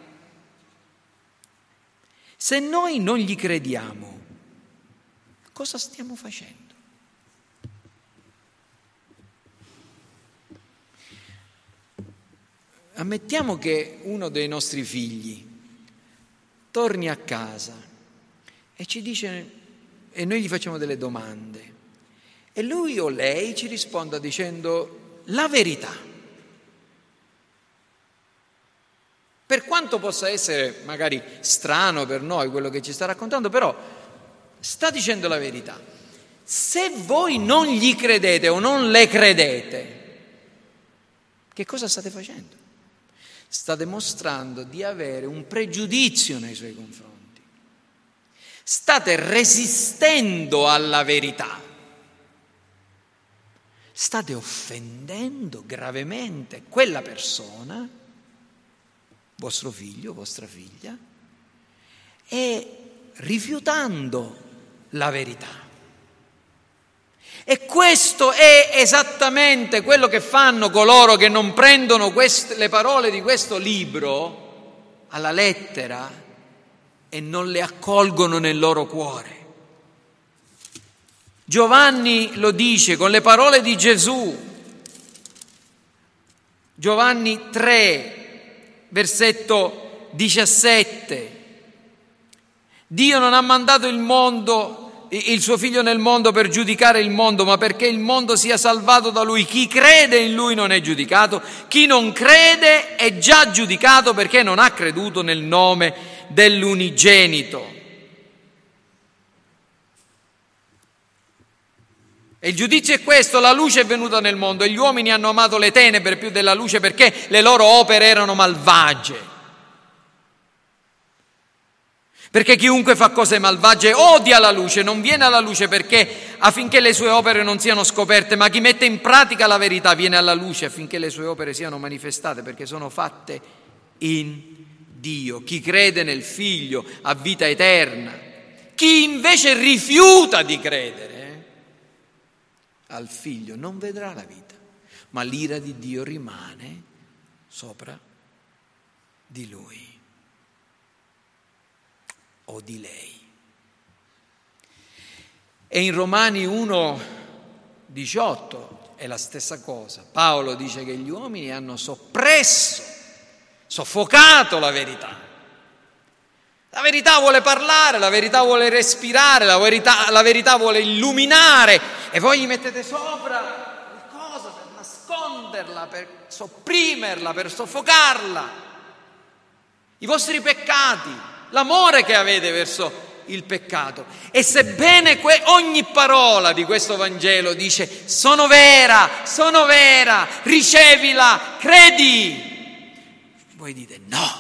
se noi non gli crediamo, cosa stiamo facendo? Ammettiamo che uno dei nostri figli torni a casa e ci dice, e noi gli facciamo delle domande, e lui o lei ci risponda dicendo la verità. Per quanto possa essere magari strano per noi quello che ci sta raccontando, però sta dicendo la verità. Se voi non gli credete o non le credete, che cosa state facendo? State mostrando di avere un pregiudizio nei suoi confronti. State resistendo alla verità. State offendendo gravemente quella persona, vostro figlio, vostra figlia, e rifiutando la verità. E questo è esattamente quello che fanno coloro che non prendono queste, le parole di questo libro alla lettera e non le accolgono nel loro cuore. Giovanni lo dice con le parole di Gesù. Giovanni tre, versetto diciassette. Dio non ha mandato il mondo il suo figlio nel mondo per giudicare il mondo, ma perché il mondo sia salvato da lui. Chi crede in lui non è giudicato, chi non crede è già giudicato perché non ha creduto nel nome dell'unigenito. E il giudizio è questo: la luce è venuta nel mondo e gli uomini hanno amato le tenebre più della luce perché le loro opere erano malvagie. Perché chiunque fa cose malvagie odia la luce, non viene alla luce perché affinché le sue opere non siano scoperte, ma chi mette in pratica la verità viene alla luce affinché le sue opere siano manifestate, perché sono fatte in Dio. Chi crede nel Figlio ha vita eterna. Chi invece rifiuta di credere al Figlio non vedrà la vita, ma l'ira di Dio rimane sopra di lui o di lei. E in Romani uno diciotto è la stessa cosa. Paolo dice che gli uomini hanno soppresso, soffocato la verità. La verità vuole parlare, la verità vuole respirare, la verità, la verità vuole illuminare, e voi gli mettete sopra qualcosa per nasconderla, per sopprimerla, per soffocarla. I vostri peccati, l'amore che avete verso il peccato. E sebbene que- ogni parola di questo Vangelo dice sono vera, sono vera, ricevila, credi, voi dite no,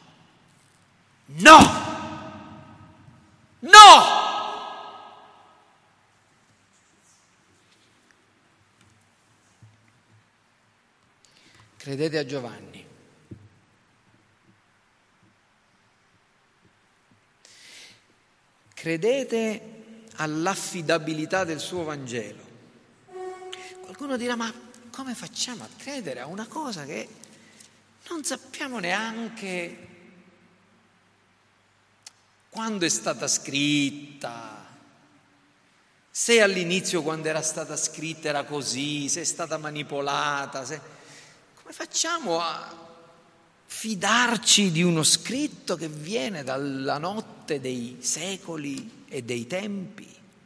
no, no. Credete a Giovanni. Credete all'affidabilità del suo Vangelo. Qualcuno dirà: ma come facciamo a credere a una cosa che non sappiamo neanche quando è stata scritta, se all'inizio quando era stata scritta era così, se è stata manipolata, se... come facciamo a fidarci di uno scritto che viene dalla notte dei secoli e dei tempi?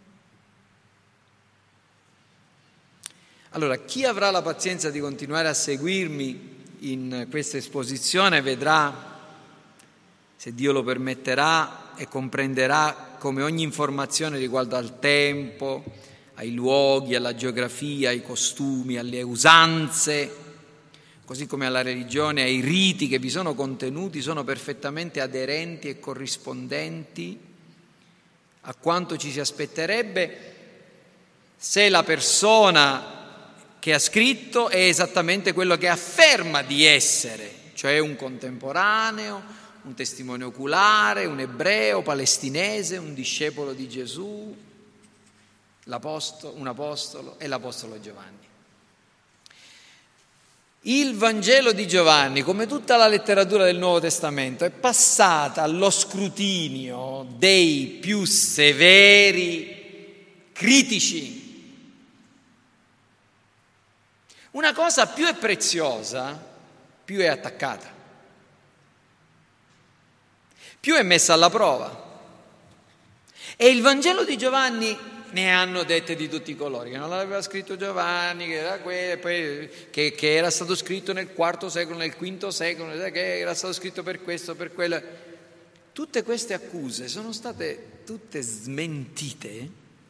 Allora, chi avrà la pazienza di continuare a seguirmi in questa esposizione vedrà, se Dio lo permetterà, e comprenderà come ogni informazione riguardo al tempo, ai luoghi, alla geografia, ai costumi, alle usanze, così come alla religione, ai riti che vi sono contenuti, sono perfettamente aderenti e corrispondenti a quanto ci si aspetterebbe se la persona che ha scritto è esattamente quello che afferma di essere, cioè un contemporaneo, un testimone oculare, un ebreo, palestinese, un discepolo di Gesù, l'apostolo, un apostolo e l'apostolo Giovanni. Il Vangelo di Giovanni, come tutta la letteratura del Nuovo Testamento, è passata allo scrutinio dei più severi critici. Una cosa più è preziosa, più è attaccata, più è messa alla prova. E il Vangelo di Giovanni ne hanno dette di tutti i colori, che non l'aveva scritto Giovanni, che era, que- poi, che, che era stato scritto nel quarto secolo, nel quinto secolo, che era stato scritto per questo, per quello. Tutte queste accuse sono state tutte smentite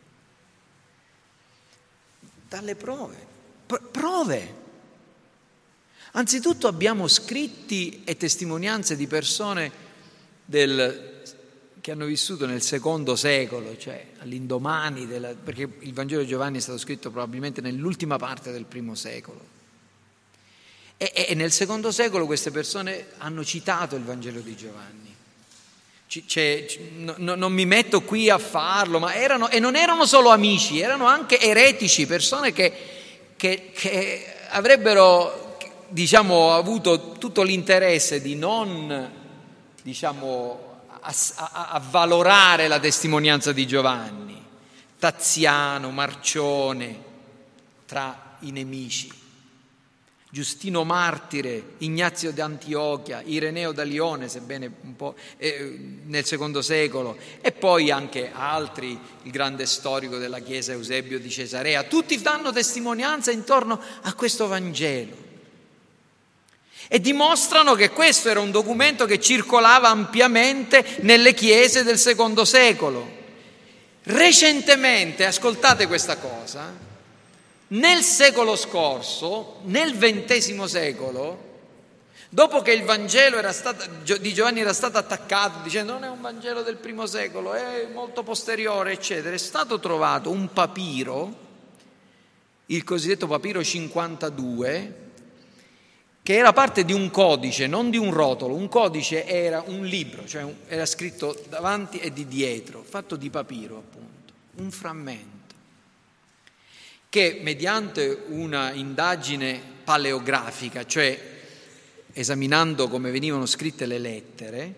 dalle prove. P- prove. Anzitutto abbiamo scritti e testimonianze di persone del che hanno vissuto nel secondo secolo, cioè all'indomani della, perché il Vangelo di Giovanni è stato scritto probabilmente nell'ultima parte del primo secolo. E, e nel secondo secolo queste persone hanno citato il Vangelo di Giovanni. C- c'è, c- no, no, non mi metto qui a farlo, ma erano, e non erano solo amici, erano anche eretici, persone che, che, che avrebbero, diciamo, avuto tutto l'interesse di non, diciamo, A, a, a valorare la testimonianza di Giovanni. Taziano, Marcione, tra i nemici, Giustino Martire, Ignazio d'Antiochia, Ireneo da Lione, sebbene un po' eh, nel secondo secolo, e poi anche altri, il grande storico della Chiesa Eusebio di Cesarea. Tutti danno testimonianza intorno a questo Vangelo e dimostrano che questo era un documento che circolava ampiamente nelle chiese del secondo secolo. Recentemente, ascoltate questa cosa, nel secolo scorso, nel ventesimo secolo, dopo che il Vangelo era stato, di Giovanni era stato attaccato dicendo non è un Vangelo del primo secolo, è molto posteriore, eccetera, è stato trovato un papiro, il cosiddetto papiro cinquantadue, che era parte di un codice, non di un rotolo. Un codice era un libro, cioè era scritto davanti e di dietro, fatto di papiro appunto, un frammento, che mediante una indagine paleografica, cioè esaminando come venivano scritte le lettere,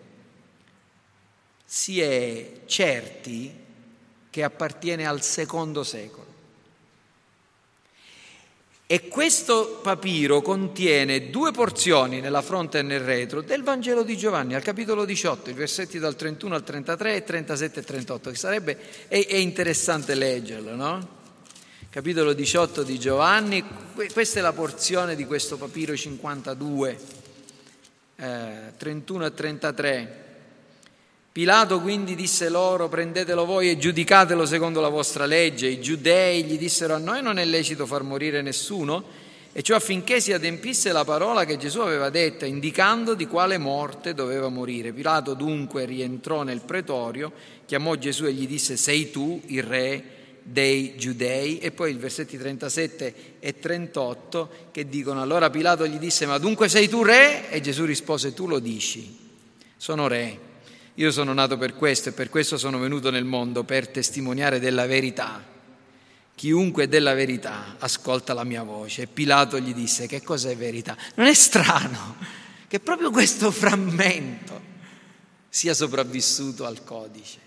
si è certi che appartiene al secondo secolo. E questo papiro contiene due porzioni nella fronte e nel retro del Vangelo di Giovanni, al capitolo diciotto, i versetti dal trentuno al trentatré e trentasette e trentotto, che sarebbe, è, è interessante leggerlo, no? Capitolo diciotto di Giovanni, questa è la porzione di questo papiro cinquantadue, eh, trentuno e trentatré. Pilato quindi disse loro: prendetelo voi e giudicatelo secondo la vostra legge. I giudei gli dissero: a noi non è lecito far morire nessuno, e ciò affinché si adempisse la parola che Gesù aveva detta, indicando di quale morte doveva morire. Pilato dunque rientrò nel pretorio, chiamò Gesù e gli disse: sei tu il re dei giudei? E poi i versetti trentasette e trentotto che dicono: allora Pilato gli disse: ma dunque sei tu re? E Gesù rispose: tu lo dici, sono re. Io sono nato per questo e per questo sono venuto nel mondo, per testimoniare della verità. Chiunque è della verità ascolta la mia voce. E Pilato gli disse: che cos'è verità? Non è strano che proprio questo frammento sia sopravvissuto al codice?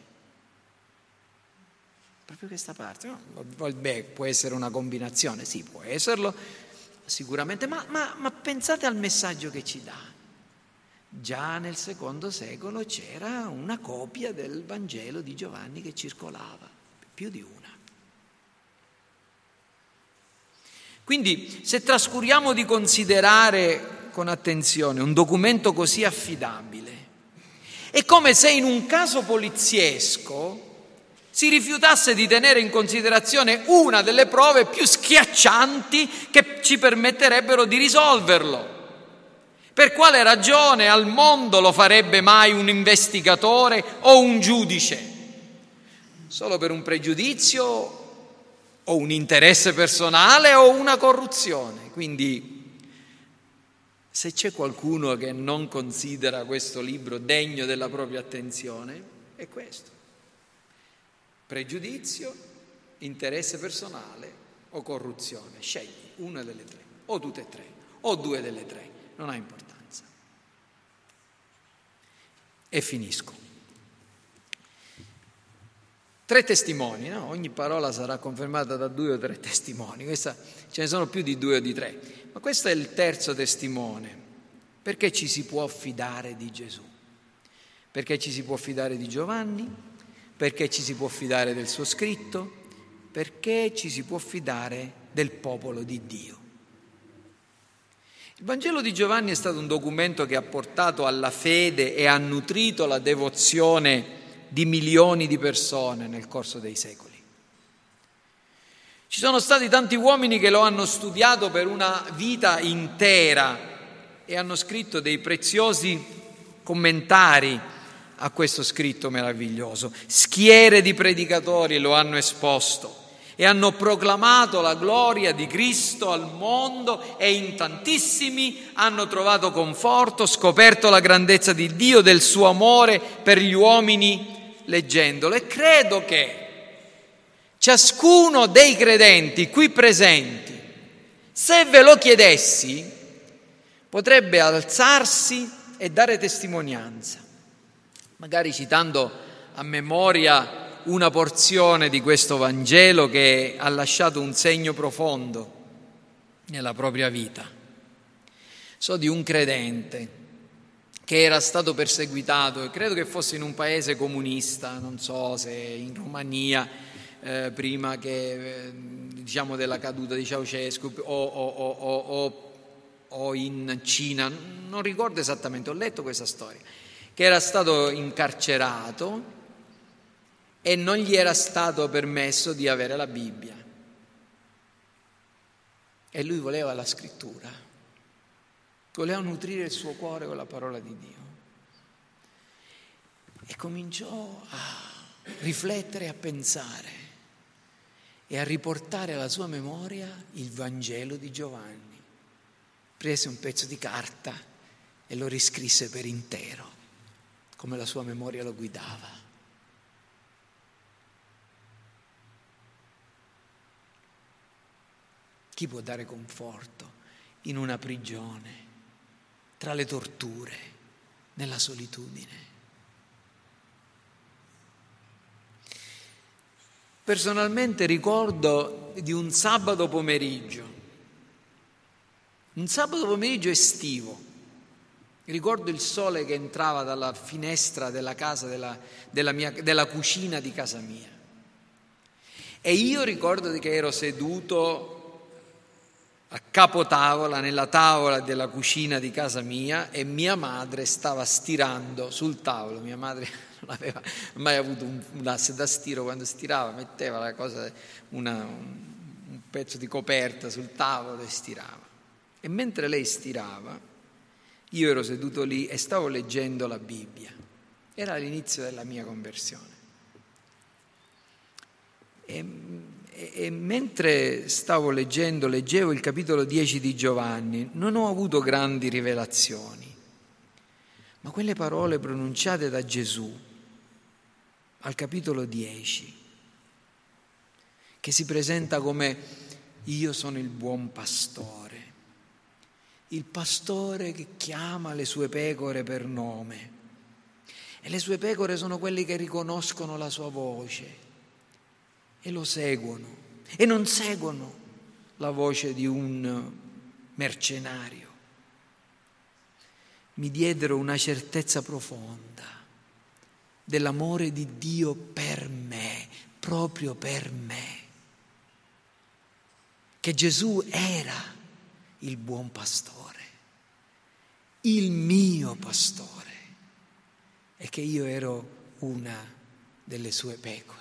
Proprio questa parte. No, beh, può essere una combinazione, sì, può esserlo sicuramente, ma, ma, ma pensate al messaggio che ci dà. Già nel secondo secolo c'era una copia del Vangelo di Giovanni che circolava, più di una. Quindi, se trascuriamo di considerare con attenzione un documento così affidabile, è come se in un caso poliziesco si rifiutasse di tenere in considerazione una delle prove più schiaccianti che ci permetterebbero di risolverlo. Per quale ragione al mondo lo farebbe mai un investigatore o un giudice? Solo per un pregiudizio o un interesse personale o una corruzione? Quindi, se c'è qualcuno che non considera questo libro degno della propria attenzione, è questo. Pregiudizio, interesse personale o corruzione. Scegli una delle tre, o tutte e tre, o due delle tre, non ha importanza. E finisco. Tre testimoni, no? Ogni parola sarà confermata da due o tre testimoni. Questa, ce ne sono più di due o di tre, ma questo è il terzo testimone. Perché ci si può fidare di Gesù? Perché ci si può fidare di Giovanni? Perché ci si può fidare del suo scritto? Perché ci si può fidare del popolo di Dio? Il Vangelo di Giovanni è stato un documento che ha portato alla fede e ha nutrito la devozione di milioni di persone nel corso dei secoli. Ci sono stati tanti uomini che lo hanno studiato per una vita intera e hanno scritto dei preziosi commentari a questo scritto meraviglioso. Schiere di predicatori lo hanno esposto e hanno proclamato la gloria di Cristo al mondo, e in tantissimi hanno trovato conforto, scoperto la grandezza di Dio, del suo amore per gli uomini leggendolo. E credo che ciascuno dei credenti qui presenti, se ve lo chiedessi, potrebbe alzarsi e dare testimonianza, magari citando a memoria una porzione di questo Vangelo che ha lasciato un segno profondo nella propria vita. So di un credente che era stato perseguitato, e credo che fosse in un paese comunista, non so se in Romania, eh, prima che eh, diciamo della caduta di Ceausescu, o, o, o, o, o in Cina, non ricordo esattamente, ho letto questa storia, che era stato incarcerato e non gli era stato permesso di avere la Bibbia. E lui voleva la scrittura, voleva nutrire il suo cuore con la parola di Dio. E cominciò a riflettere, a pensare e a riportare alla sua memoria il Vangelo di Giovanni. Prese un pezzo di carta e lo riscrisse per intero, come la sua memoria lo guidava. Chi può dare conforto in una prigione, tra le torture, nella solitudine? Personalmente ricordo di un sabato pomeriggio un sabato pomeriggio estivo. Ricordo il sole che entrava dalla finestra della casa, della, della, mia, della cucina di casa mia. E io ricordo che ero seduto a capotavola, nella tavola della cucina di casa mia, e mia madre stava stirando sul tavolo. Mia madre non aveva mai avuto un, un asse da stiro. Quando stirava metteva la cosa, una, un, un pezzo di coperta sul tavolo e stirava. E mentre lei stirava, io ero seduto lì e stavo leggendo la Bibbia. Era l'inizio della mia conversione. E, e, e mentre stavo leggendo, leggevo il capitolo dieci di Giovanni, non ho avuto grandi rivelazioni, ma quelle parole pronunciate da Gesù al capitolo dieci, che si presenta come: io sono il buon pastore. Il pastore che chiama le sue pecore per nome, e le sue pecore sono quelli che riconoscono la sua voce e lo seguono, e non seguono la voce di un mercenario. Mi diedero una certezza profonda dell'amore di Dio per me, proprio per me, che Gesù era il buon pastore, il mio pastore, e che io ero una delle sue pecore.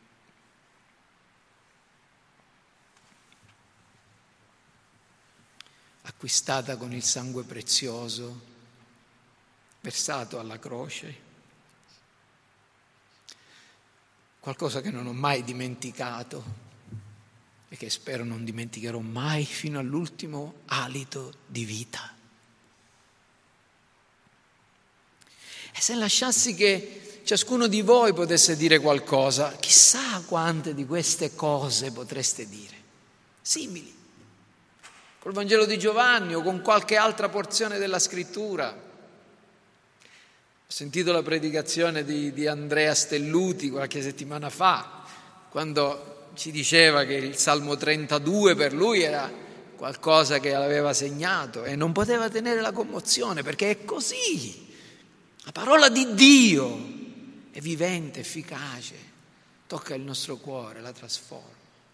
Acquistata con il sangue prezioso versato alla croce, qualcosa che non ho mai dimenticato e che spero non dimenticherò mai fino all'ultimo alito di vita. E se lasciassi che ciascuno di voi potesse dire qualcosa, chissà quante di queste cose potreste dire, simili, col Vangelo di Giovanni o con qualche altra porzione della Scrittura. Ho sentito la predicazione di, di Andrea Stelluti qualche settimana fa, quando ci diceva che il Salmo trentadue per lui era qualcosa che l'aveva segnato, e non poteva tenere la commozione, perché è così. La parola di Dio è vivente, efficace, tocca il nostro cuore, la trasforma.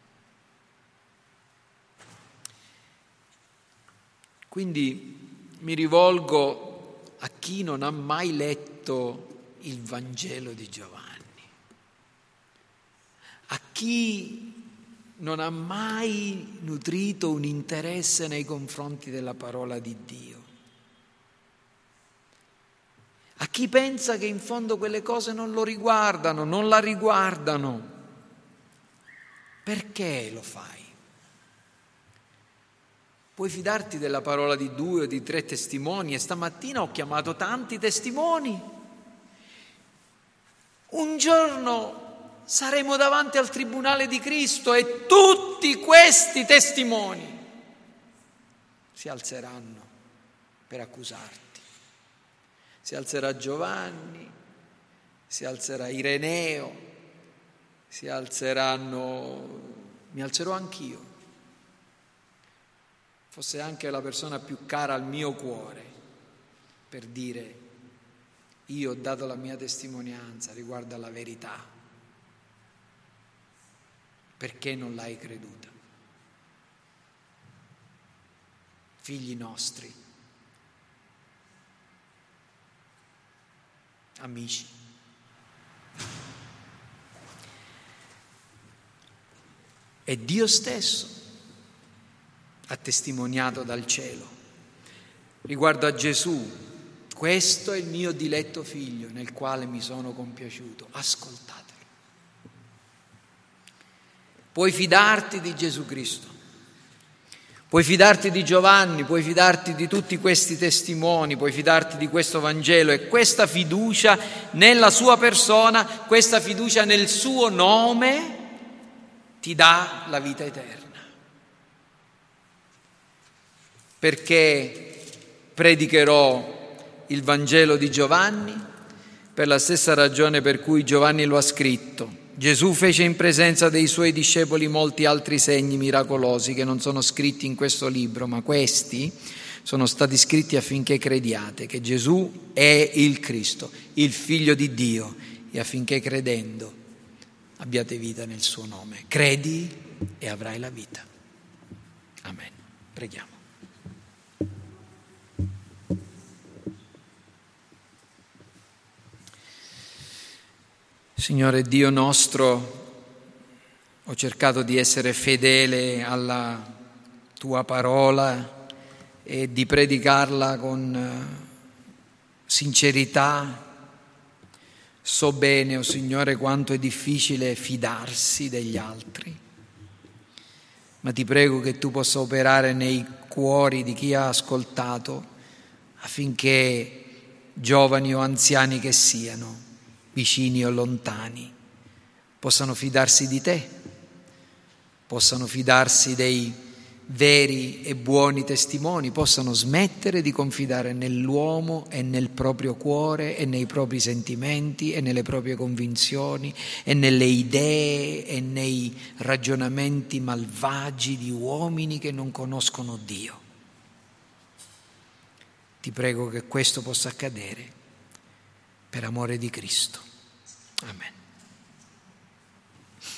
Quindi mi rivolgo a chi non ha mai letto il Vangelo di Giovanni, a chi non ha mai nutrito un interesse nei confronti della parola di Dio, a chi pensa che in fondo quelle cose non lo riguardano, non la riguardano. Perché lo fai? Puoi fidarti della parola di due o di tre testimoni, e stamattina ho chiamato tanti testimoni. Un giorno saremo davanti al tribunale di Cristo e tutti questi testimoni si alzeranno per accusarti. Si alzerà Giovanni, si alzerà Ireneo, si alzeranno, mi alzerò anch'io. Fosse anche la persona più cara al mio cuore, per dire: io ho dato la mia testimonianza riguardo alla verità, perché non l'hai creduta? Figli nostri, amici. E Dio stesso ha testimoniato dal cielo riguardo a Gesù: questo è il mio diletto figlio nel quale mi sono compiaciuto, ascoltatelo. Puoi fidarti di Gesù Cristo, puoi fidarti di Giovanni, puoi fidarti di tutti questi testimoni, puoi fidarti di questo Vangelo, e questa fiducia nella sua persona, questa fiducia nel suo nome ti dà la vita eterna. Perché predicherò il Vangelo di Giovanni? Per la stessa ragione per cui Giovanni lo ha scritto: Gesù fece in presenza dei suoi discepoli molti altri segni miracolosi che non sono scritti in questo libro, ma questi sono stati scritti affinché crediate che Gesù è il Cristo, il Figlio di Dio, e affinché credendo abbiate vita nel suo nome. Credi e avrai la vita. Amen. Preghiamo. Signore Dio nostro, ho cercato di essere fedele alla tua parola e di predicarla con sincerità. So bene, o oh Signore, quanto è difficile fidarsi degli altri, ma ti prego che tu possa operare nei cuori di chi ha ascoltato affinché giovani o anziani che siano, vicini o lontani, possano fidarsi di te, possano fidarsi dei veri e buoni testimoni, possano smettere di confidare nell'uomo e nel proprio cuore e nei propri sentimenti e nelle proprie convinzioni e nelle idee e nei ragionamenti malvagi di uomini che non conoscono Dio. Ti prego che questo possa accadere per amore di Cristo. Amen.